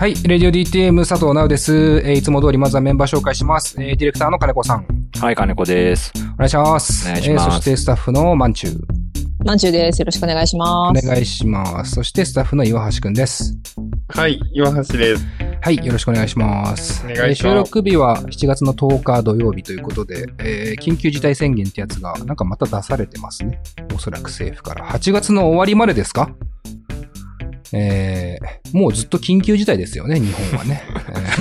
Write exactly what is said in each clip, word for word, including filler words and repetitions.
はい、レディオ ディーティーエム 佐藤直です。えー、いつも通りまずはメンバー紹介します。えー、ディレクターの金子さん。 はい、金子です。 お願いします。 お願いします。 えー、そしてスタッフのまんちゅう。 まんちゅうです。よろしくお願いします。 お願いします。そしてスタッフの岩橋くんです。 はい、岩橋です。 はい、よろしくお願いします。 お願いします。えー、 収録日はしちがつのとおか土曜日ということで、えー、緊急事態宣言ってやつがなんかまた出されてますね。おそらく政府から。はちがつの終わりまでですか？えー、もうずっと緊急事態ですよね、日本はね。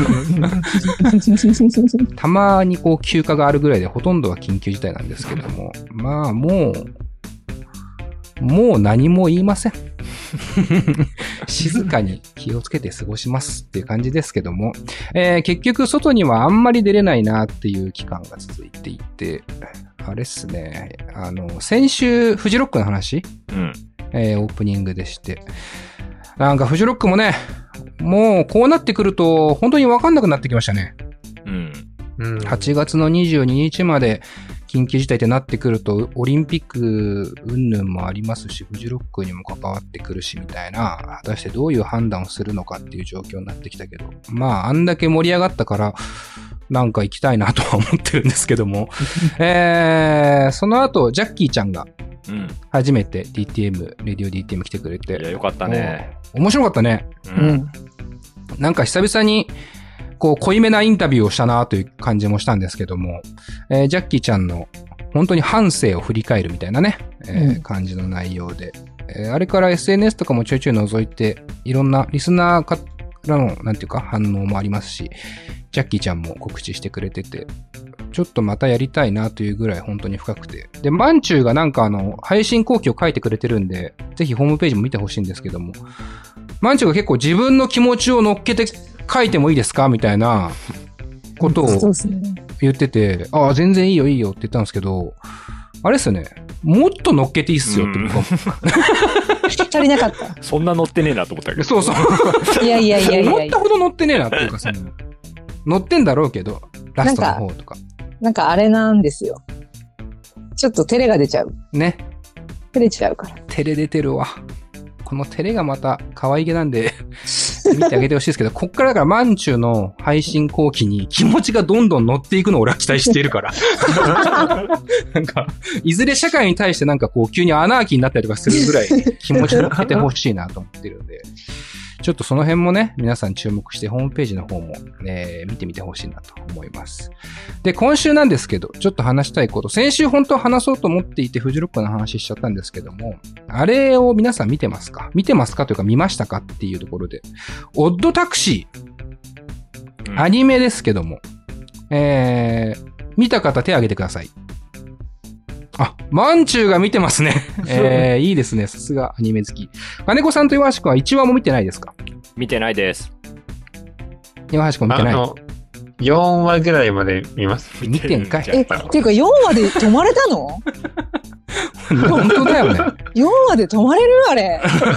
たまにこう休暇があるぐらいでほとんどは緊急事態なんですけども、まあもう、もう何も言いません。静かに気をつけて過ごしますっていう感じですけども、えー、結局外にはあんまり出れないなっていう期間が続いていて、あれっすね、あの、先週フジロックの話、 うんえー、オープニングでして、なんかフジロックもね、もうこうなってくると本当に分かんなくなってきましたね。 うん。 はちがつのにじゅうににちまで緊急事態ってなってくると、オリンピック云々もありますし、フジロックにも関わってくるしみたいな、果たしてどういう判断をするのかっていう状況になってきたけど、まああんだけ盛り上がったからなんか行きたいなとは思ってるんですけども、えー、その後ジャッキーちゃんがうん、 初めて ディーティーエム、レディオ ディーティーエム 来てくれて。 いや、よかったね。 面白かったね。 うん。うん、 なんか久々に、こう、濃いめなインタビューをしたなという感じもしたんですけども、えー、ジャッキーちゃんの本当に半生を振り返るみたいなね、えーうん、感じの内容で、えー、あれから エスエヌエス とかもちょいちょい覗いて、いろんなリスナーからの、なんていうか、反応もありますし、ジャッキーちゃんも告知してくれてて、ちょっとまたやりたいなというぐらい本当に深くて。で、マンチューがなんかあの、配信後期を書いてくれてるんで、ぜひホームページも見てほしいんですけども、マンチューが結構自分の気持ちを乗っけて書いてもいいですかみたいなことを言ってて、ああ、全然いいよいいよって言ったんですけど、あれっすよね、もっと乗っけていいっすよって僕は。 足りなかった。 そんな乗ってねえなと思ったけど。 そうそう。 いやいやいやいや。 思ったほど乗ってねえなっていうか、その、乗ってんだろうけど、ラストの方とか。 なんかあれなんですよ。ちょっと照れが出ちゃう。 ね。 照れちゃうから。 照れ出てるわ。この照れがまた可愛げなんで見てあげてほしいですけど、こっからだからマンチューの配信後期に気持ちがどんどん乗っていくのを俺は期待しているから。なんか、いずれ社会に対してなんかこう急にアナーキーになったりとかするぐらい気持ち乗っけてほしいなと思ってるんで。ちょっとその辺もね、皆さん注目してホームページの方も、ね、見てみてほしいなと思います。で、今週なんですけど、ちょっと話したいこと、先週本当は話そうと思っていて、フジロックの話しちゃったんですけども、あれを皆さん見てますか？見てますかというか見ましたかっていうところで、オッドタクシー、アニメですけども、えー、見た方手挙げてください。あ、マンチューが見てますね。えー、いいですね。さすがアニメ好き。金子さんと岩橋くんはいちわも見てないですか？ 見てないです。 岩橋くん見てない？あの、 よんわぐらいまで見ます。 見てんかい。 え、っていうかよんわで止まれたの？ 本当だよね。 よんわで止まれるあれ。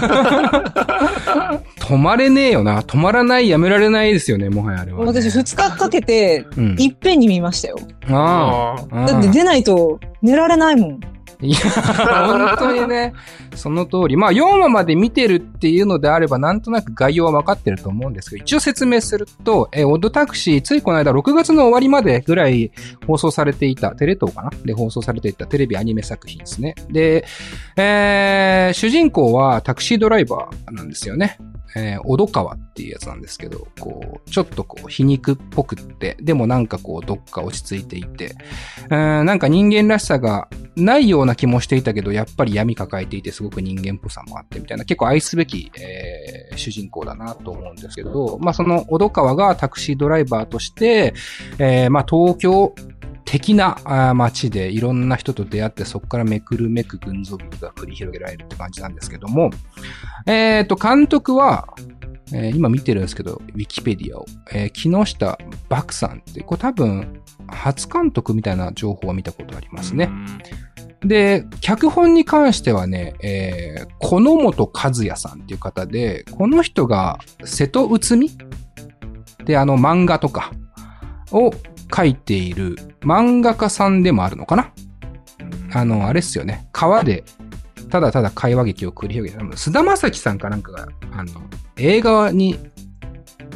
止まれねえよな。止まらない、やめられないですよね、もはやあれは、ね。 私ふつかかけて、いっぺんに見ましたよ。 うん、ああ。だって出ないと寝られないもん。 いや、本当にね、その通り。まあよんわまで見てるっていうのであれば、なんとなく概要は分かってると思うんですけど、一応説明すると、えー、オッドタクシー、ついこの間ろくがつの終わりまでぐらい放送されていた、テレ東かなで放送されていたテレビアニメ作品ですね。で、えー、主人公はタクシードライバーなんですよね。えー、小戸川っていうやつなんですけど、こう、ちょっとこう、皮肉っぽくって、でもなんかこう、どっか落ち着いていて、うーん、なんか人間らしさがないような気もしていたけど、やっぱり闇抱えていて、すごく人間っぽさもあってみたいな、結構愛すべき、えー、主人公だなと思うんですけど、まあその小戸川がタクシードライバーとして、えー、まあ東京、的な街でいろんな人と出会ってそこからめくるめく群像劇が繰り広げられるって感じなんですけども、えっと、監督は、えー、今見てるんですけど、ウィキペディアを、えー、木下漠さんって、これ多分初監督みたいな情報は見たことありますね。で、脚本に関してはね、えー、この本和也さんっていう方で、この人が瀬戸内海であの漫画とかを書いている漫画家さんでもあるのかな。あの、あれっすよね。川でただただ会話劇を繰り広げて、菅田将暉さんかなんかが、あの、映画に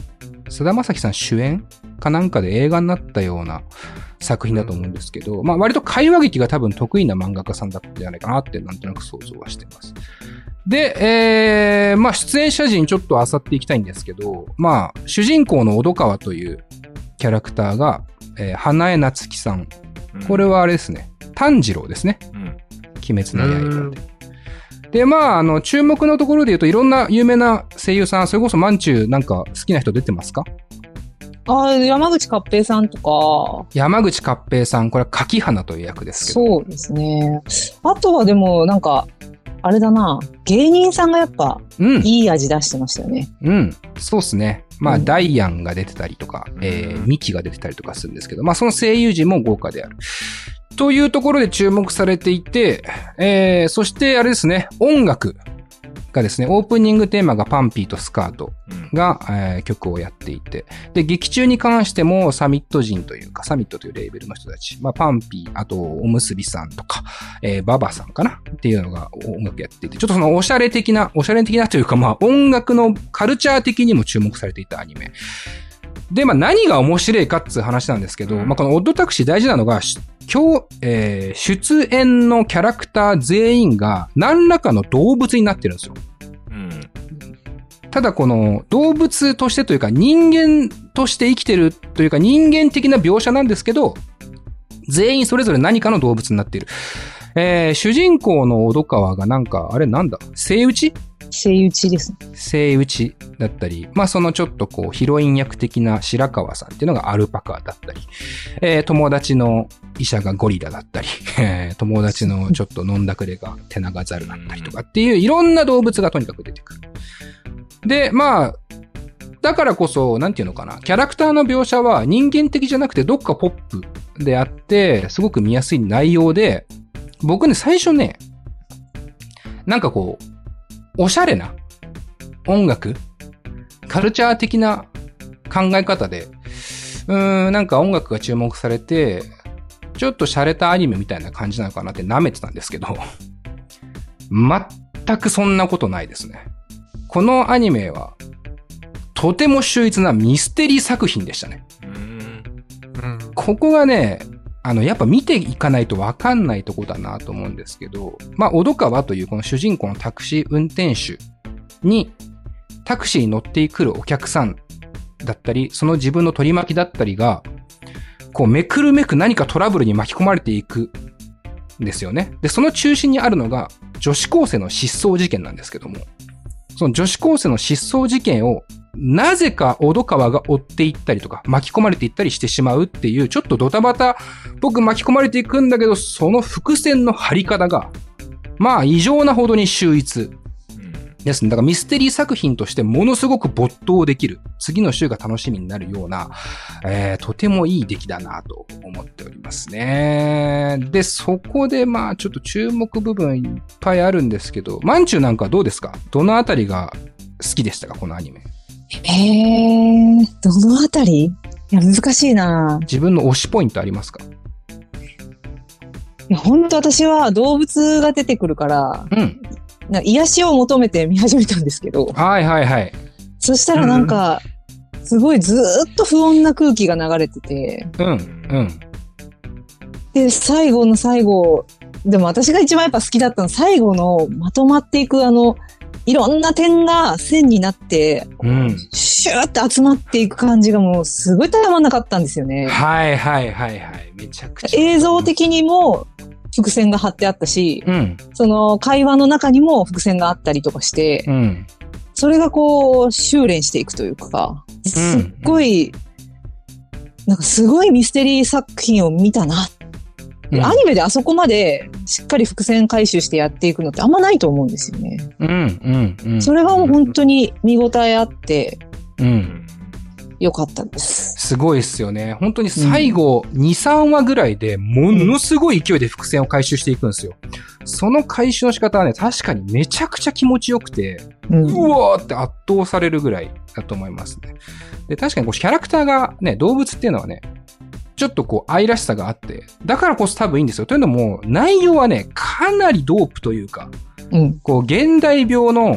菅田将暉さん主演かなんかで映画になったような作品だと思うんですけど、まあ割と会話劇が多分得意な漫画家さんだったんじゃないかなってなんとなく想像はしてます。で、えー、まあ出演者陣ちょっと漁っていきたいんですけど、まあ主人公の小戸川というキャラクターが、えー、花江夏樹さん。これはあれですね。炭治郎ですね。うん、鬼滅の刃で。で、まあ、あの、注目のところで言うといろんな有名な声優さん、それこそマンチューなんか好きな人出てますか？ ああ、山口勝平さんとか。山口勝平さん、これは柿花という役ですけど。 そうですね。あとはでもなんか、あれだな、芸人さんがやっぱ、うん、いい味出してましたよね。 うん、そうですね。まあ、うん、ダイアンが出てたりとか、えー、ミキが出てたりとかするんですけど、まあ、その声優陣も豪華である。というところで注目されていて、えー、そしてあれですね、音楽がですね、オープニングテーマがパンピーとスカートが、うんえー、曲をやっていて、で、劇中に関してもサミット人というか、サミットというレーベルの人たち、まあ、パンピー、あと、おむすびさんとか、えー、ババさんかなっていうのが音楽やっていて、ちょっとそのおしゃれ的な、おしゃれ的なというか、まあ、音楽のカルチャー的にも注目されていたアニメ。で、まあ、何が面白いかっていう話なんですけど、うん、まあ、このオッドタクシー大事なのが、今日、えー、出演のキャラクター全員が何らかの動物になってるんですよ。うん、ただこの動物としてというか人間として生きてるというか人間的な描写なんですけど、全員それぞれ何かの動物になっている。えー、主人公の小戸川がなんか、あれなんだセイウチセイウチですね。 セイウチだったり、まあそのちょっとこうヒロイン役的な白川さんっていうのがアルパカだったり、えー、友達の医者がゴリラだったり、えー、友達のちょっと飲んだくれがテナガザルだったりとかっていういろんな動物がとにかく出てくる。で、まあ、だからこそ、なんていうのかな、キャラクターの描写は人間的じゃなくてどっかポップであって、すごく見やすい内容で、僕ね、最初ね、なんかこう、おしゃれな音楽、カルチャー的な考え方で、うーん、なんか音楽が注目されて、ちょっと洒落たアニメみたいな感じなのかなって舐めてたんですけど、全くそんなことないですね。このアニメは、とても秀逸なミステリー作品でしたね。うん、ここがね、あの、やっぱ見ていかないとわかんないとこだなと思うんですけど、まあ、小戸川というこの主人公のタクシー運転手に、タクシーに乗ってくるお客さんだったり、その自分の取り巻きだったりが、こう、めくるめく何かトラブルに巻き込まれていくんですよね。で、その中心にあるのが、女子高生の失踪事件なんですけども、その女子高生の失踪事件を、なぜか小戸川が追っていったりとか巻き込まれていったりしてしまうっていうちょっとドタバタ僕巻き込まれていくんだけどその伏線の張り方がまあ異常なほどに秀逸ですね。だからミステリー作品としてものすごく没頭できる次の週が楽しみになるような、えー、とてもいい出来だなと思っておりますね。でそこでまあちょっと注目部分いっぱいあるんですけど、まんちゅうなんかどうですか？どのあたりが好きでしたかこのアニメ？ えー、どのあたり？いや、難しいな。 自分の推しポイントありますか？いや、本当私は動物が出てくるから、うん。なんか癒しを求めて見始めたんですけど。 はいはいはい。 そしたらなんか、うん、すごいずーっと不穏な空気が流れてて。うん、うん。で、最後の最後、でも私が一番やっぱ好きだったの最後のまとまっていくあの、いろんな点が線になって、うん、シューって集まっていく感じがもうすごいたまんなかったんですよね。 はいはいはいはい。めちゃくちゃ。 映像的にも伏線が張ってあったし、うん、その会話の中にも伏線があったりとかして、うん、それがこう修練していくというか、すっごい、うん、なんかすごいミステリー作品を見たな。うん、アニメであそこまでしっかり伏線回収してやっていくのってあんまないと思うんですよね。うんうんうん、それがもう本当に見応えあって、うん、よかったです。 すごいですよね。本当に最後に、さんわぐらいでものすごい勢いで伏線を回収していくんですよ。その回収の仕方はね、確かにめちゃくちゃ気持ちよくて、うん、うわーって圧倒されるぐらいだと思いますね。で、確かにこうキャラクターがね、動物っていうのはね、ちょっとこう愛らしさがあって、だからこそ多分いいんですよ。というのも、内容はね、かなりドープというか、うん、こう、現代病の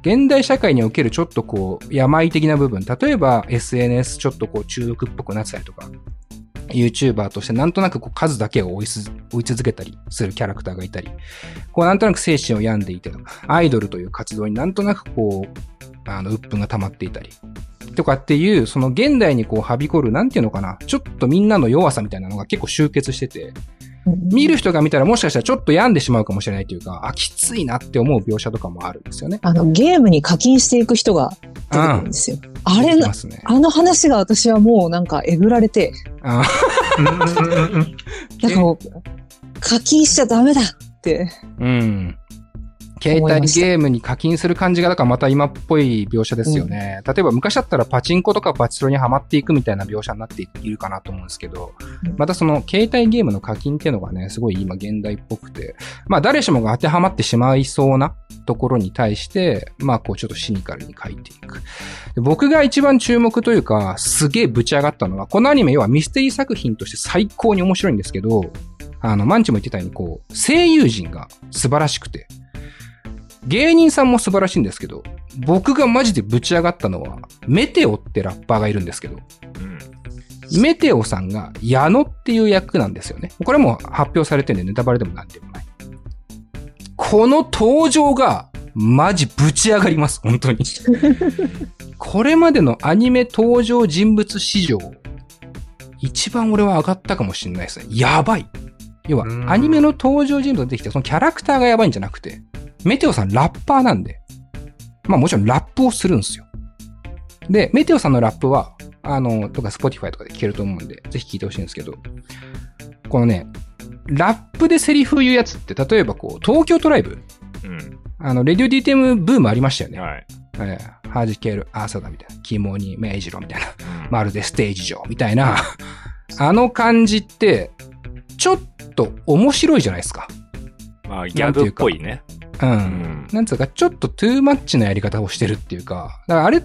現代社会におけるちょっとこう、病的な部分、例えば エスエヌエス ちょっとこう中毒っぽくなってたりとか、YouTuber としてなんとなくこう数だけを追いす追い続けたりするキャラクターがいたり、こうなんとなく精神を病んでいて、アイドルという活動になんとなくこう、あの、鬱憤が溜まっていたり、とかっていう、その現代にこうはびこる、なんていうのかな、ちょっとみんなの弱さみたいなのが結構集結してて、見る人が見たらもしかしたらちょっと病んでしまうかもしれないというか、あ、きついなって思う描写とかもあるんですよね。 あの、ゲームに課金していく人が出てくるんですよ。うん、あれの、ね、あの話が私はもうなんかえぐられて。あなんかもう、課金しちゃダメだって。うん。 携帯ゲームに課金する感じが、だからまた今っぽい描写ですよね。うん、例えば昔だったらパチンコとかパチスロにはまっていくみたいな描写になっているかなと思うんですけど、うん、またその携帯ゲームの課金っていうのがね、すごい今現代っぽくて、まあ誰しもが当てはまってしまいそうなところに対して、まあこうちょっとシニカルに書いていく。で僕が一番注目というか、すげえぶち上がったのは、このアニメ要はミステリー作品として最高に面白いんですけど、あの、マンチも言ってたようにこう、声優陣が素晴らしくて、芸人さんも素晴らしいんですけど、僕がマジでぶち上がったのは、メテオってラッパーがいるんですけど、うん、メテオさんが矢野っていう役なんですよね。これも発表されてるんでネタバレでもなんでもない。この登場がマジぶち上がります、本当に。これまでのアニメ登場人物史上、一番俺は上がったかもしれないですね。やばい。要は、アニメの登場人物が出てきて、そのキャラクターがやばいんじゃなくて、メテオさんラッパーなんで、まあもちろんラップをするんですよ。で、メテオさんのラップは、あの、とか Spotify とかで聞けると思うんで、ぜひ聞いてほしいんですけど、このね、ラップでセリフ言うやつって、例えばこう、東京トライブ。うん。あの、レディオ ディーティーエム ブームありましたよね。はい。えー、弾ける朝だみたいな。肝に明治郎みたいな。うん、まるでステージ上みたいな。あの感じって、ちょっと面白いじゃないですか。 まあ、ギャグっぽいね。 うん。うん、なんつうか、ちょっとトゥーマッチなやり方をしてるっていうか、だからあれって、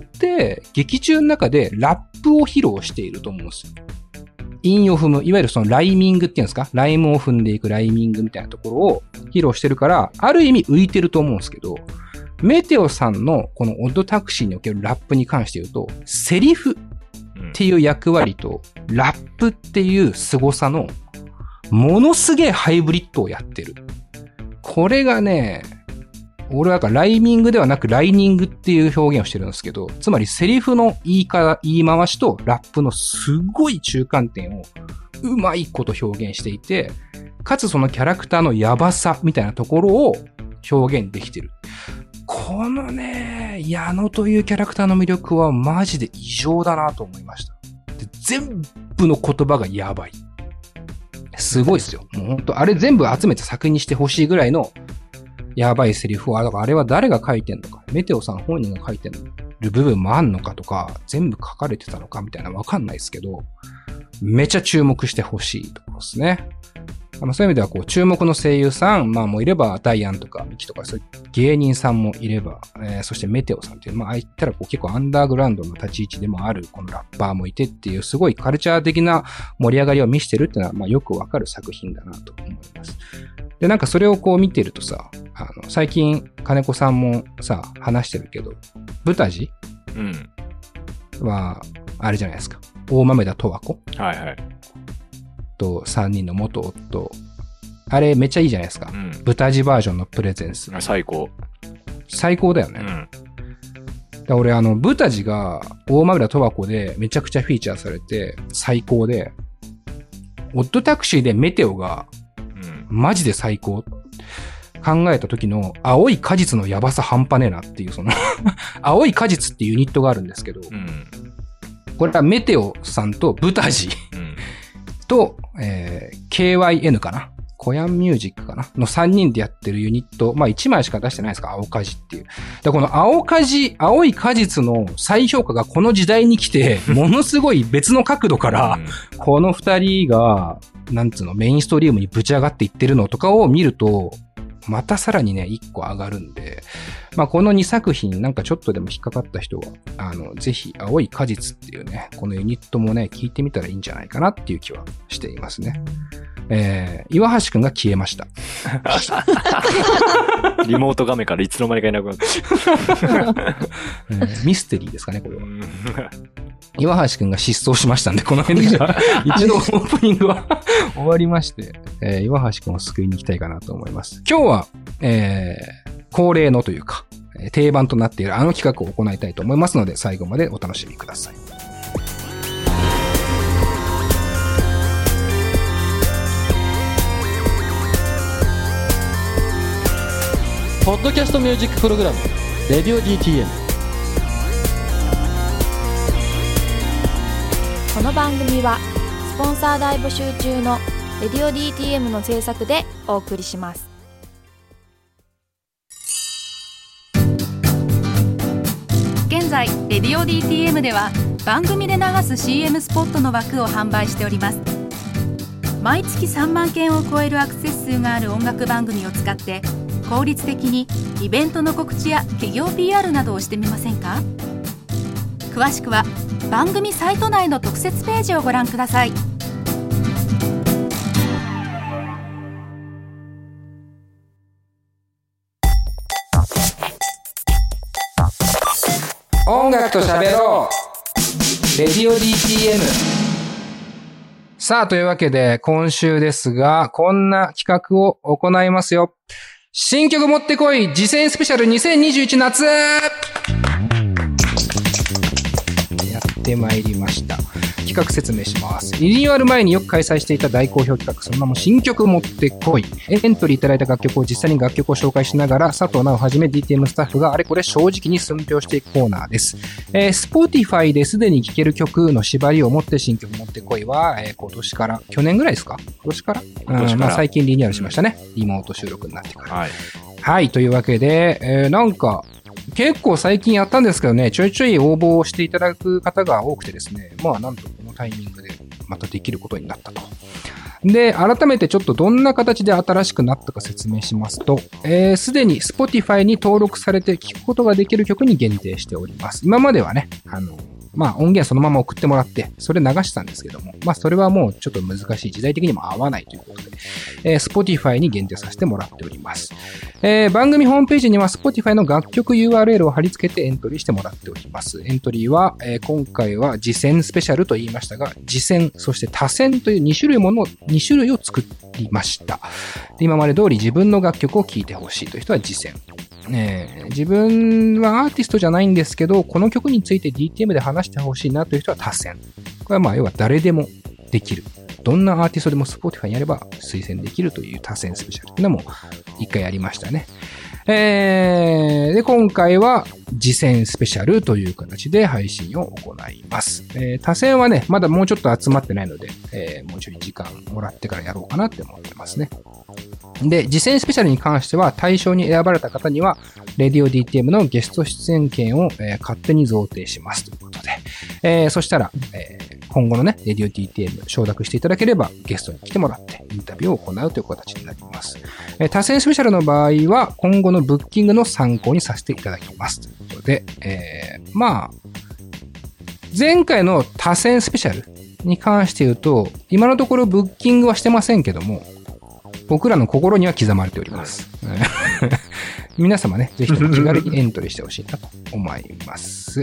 劇中の中でラップを披露していると思うんですよ。韻を踏む、いわゆるそのライミングっていうんですか、ライムを踏んでいくライミングみたいなところを披露してるから、ある意味浮いてると思うんですけど、メテオさんのこのオッドタクシーにおけるラップに関して言うと、セリフっていう役割と、ラップっていう凄さの、ものすげえハイブリッドをやってる。これがね、俺はライミングではなくライニングっていう表現をしてるんですけど、つまりセリフの言い方、言い回しとラップのすごい中間点をうまいこと表現していて、かつそのキャラクターのヤバさみたいなところを表現できてる。このね、矢野というキャラクターの魅力はマジで異常だなと思いました。で全部の言葉がやばい。すごいですよ。もうほんと、あれ全部集めて作品にしてほしいぐらいのやばいセリフを、だからあれは誰が書いてんのか、メテオさん本人が書いてる部分もあんのかとか、全部書かれてたのかみたいなわかんないですけど、めちゃ注目してほしいところですね。まあ、そういう意味ではこう注目の声優さん、まあもういればダイアンとかミキとかそういう芸人さんもいれば、えー、そしてメテオさんっていう、まあああいったらこう結構アンダーグラウンドの立ち位置でもあるこのラッパーもいてっていうすごいカルチャー的な盛り上がりを見せてるっていうのはまあよくわかる作品だなと思います。で、なんかそれをこう見てるとさ、あの最近金子さんもさ話してるけど、ブタジうんはあれじゃないですか。大豆田十和子はいはい。とさんにんの元夫。あれめっちゃいいじゃないですか。うん、ブタジバージョンのプレゼンス。 最高。 最高だよね。うん、だ俺あの、ブタジが大豆田十和子でめちゃくちゃフィーチャーされて最高で、オッドタクシーでメテオがマジで最高。考えた時の青い果実のヤバさ半端ねえなっていうその青い果実っていうユニットがあるんですけど、うん、これはメテオさんとブタジ、うんと、えー、ケーワイエヌ かなコヤンミュージックかなのさんにんでやってるユニット。まあいちまいしか出してないですか青果実っていう。でこの青果実、青い果実の再評価がこの時代に来て、ものすごい別の角度から、この二人が、なんつうの、メインストリームにぶち上がっていってるのとかを見ると、またさらにね、いっこ上がるんで、まあこのにさく品なんかちょっとでも引っかかった人は、あの、ぜひ、青い果実っていうね、このユニットもね、聞いてみたらいいんじゃないかなっていう気はしていますね。 えー、岩橋くんが消えました。 リモート画面からいつの間にかいなくなった。 えー、ミステリーですかね、これは。岩橋くんが失踪しましたんで、この辺で一度オープニングは終わりまして、えー、岩橋くんを救いに行きたいかなと思います。今日は、えー、恒例のというか、定番となっているあの企画を行いたいと思いますので、最後までお楽しみください。 ポッドキャストミュージックプログラムレディオ ディーティーエム。 この番組はスポンサー大募集中のレディオ ディーティーエム の制作でお送りします。 現在レディオ ディーティーエム では番組で流す シーエム スポットの枠を販売しております。毎月さんまんけんを超えるアクセス数がある音楽番組を使って効率的にイベントの告知や企業 ピーアール などをしてみませんか？詳しくは番組サイト内の特設ページをご覧ください。 音楽と喋ろうレディオ ディーティーエム。 さあ、というわけで今週ですが、こんな企画を行いますよ。新曲持ってこい次戦スペシャルにせんにじゅういち夏やってまいりました。企画説明します。リニューアル前によく開催していた大好評企画、その名も新曲持ってこい。エントリーいただいた楽曲を実際に楽曲を紹介しながら、佐藤直をはじめ ディーティーエム スタッフがあれこれ正直に寸評していくコーナーです。えー、Spotify ですでに聴ける曲の縛りを持って新曲持ってこいは、えー、今年から、去年ぐらいですか？今年から、今年から、うん、まあ最近リニューアルしましたね。リモート収録になってから。はい。はい、というわけで、えー、なんか、結構最近やったんですけどね、ちょいちょい応募をしていただく方が多くてですね、まあなんとこのタイミングでまたできることになったと。で、改めてちょっとどんな形で新しくなったか説明しますと、えー、すでに Spotify に登録されて聴くことができる曲に限定しております。今まではね、あの、まあ音源そのまま送ってもらって、それ流したんですけども、まあそれはもうちょっと難しい、時代的にも合わないということで、えー、Spotify に限定させてもらっております。えー、番組ホームページには Spotify の楽曲 ユーアールエル を貼り付けてエントリーしてもらっております。エントリーは、えー、今回は次戦スペシャルと言いましたが、次戦、そして多戦というに種類もの、に種類を作りました。で、今まで通り自分の楽曲を聴いてほしいという人は次戦。えー、自分はアーティストじゃないんですけど、この曲について ディーティーエム で話してほしいなという人は多選。これはまあ要は誰でもできる。どんなアーティストでも Spotify にやれば推薦できるという多選スペシャルというのも一回やりましたね。えー、で、今回は次戦スペシャルという形で配信を行います。えー、多選はね、まだもうちょっと集まってないので、えー、もうちょい時間もらってからやろうかなって思ってますね。で、次戦スペシャルに関しては対象に選ばれた方には、レディオ ディーティーエム のゲスト出演権を、えー、勝手に贈呈しますということで、えー、そしたら、えー、今後のね、レディオ ディーティーエム 承諾していただければゲストに来てもらってインタビューを行うという形になります。えー、多選スペシャルの場合は今後のブッキングの参考にさせていただきますということで、えー、まあ、前回の多選スペシャルに関して言うと、今のところブッキングはしてませんけども、僕らの心には刻まれております。皆様ね、ぜひとも気軽にエントリーしてほしいなと思います。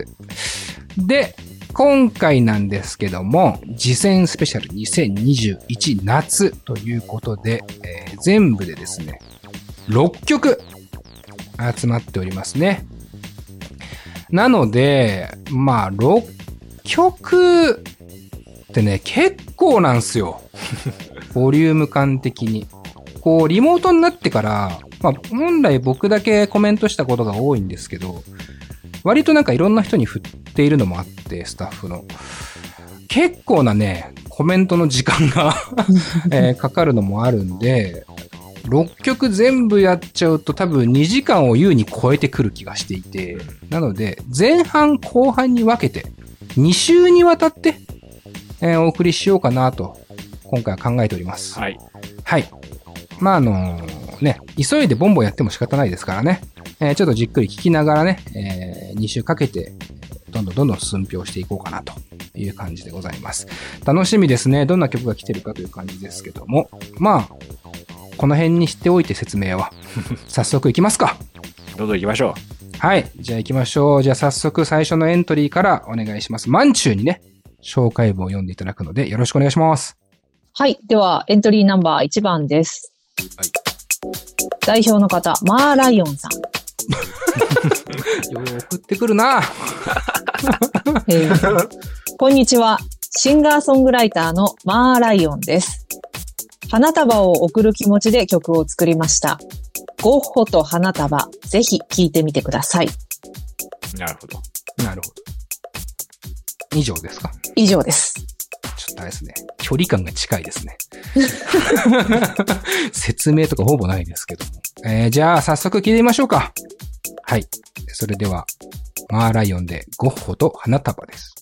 で、今回なんですけども、次戦スペシャルにせんにじゅういち夏ということで、えー、全部でですね、ろっきょく集まっておりますね。なので、まあ、ろっきょくってね、結構なんすよ。ボリューム感的に。こう、リモートになってから、まあ、本来僕だけコメントしたことが多いんですけど、割となんかいろんな人に振っているのもあって、スタッフの。結構なね、コメントの時間が、えー、かかるのもあるんで、ろっきょく全部やっちゃうと多分にじかんを優に超えてくる気がしていて、なので、前半後半に分けて、に週にわたって、えー、お送りしようかなと、今回は考えております。はい。はい。まあ、あのー、ね、急いでボンボンやっても仕方ないですからね。えー、ちょっとじっくり聞きながらね、えー、に週かけて、どんどんどんどん寸評していこうかなという感じでございます。楽しみですね。どんな曲が来てるかという感じですけども。まあ、この辺にしておいて説明は。早速行きますか。 どうぞ行きましょう。はい。じゃあ行きましょう。じゃあ早速最初のエントリーからお願いします。マンチューにね、紹介文を読んでいただくのでよろしくお願いします。 はい。では、エントリーナンバーいちばんです。はい。代表の方、マーライオンさん。 よー送ってくるな、 えー、こんにちは。シンガーソングライターのマーライオンです。花束を贈る気持ちで曲を作りました。ゴッホと花束、ぜひ聴いてみてください。 なるほど。 なるほど。以上ですか？ 以上です。 ちょっとあれですね。距離感が近いですね。説明とかほぼないですけども。えー、じゃあ早速聞いてみましょうか。はい。それでは、マーライオンでゴッホと花束です。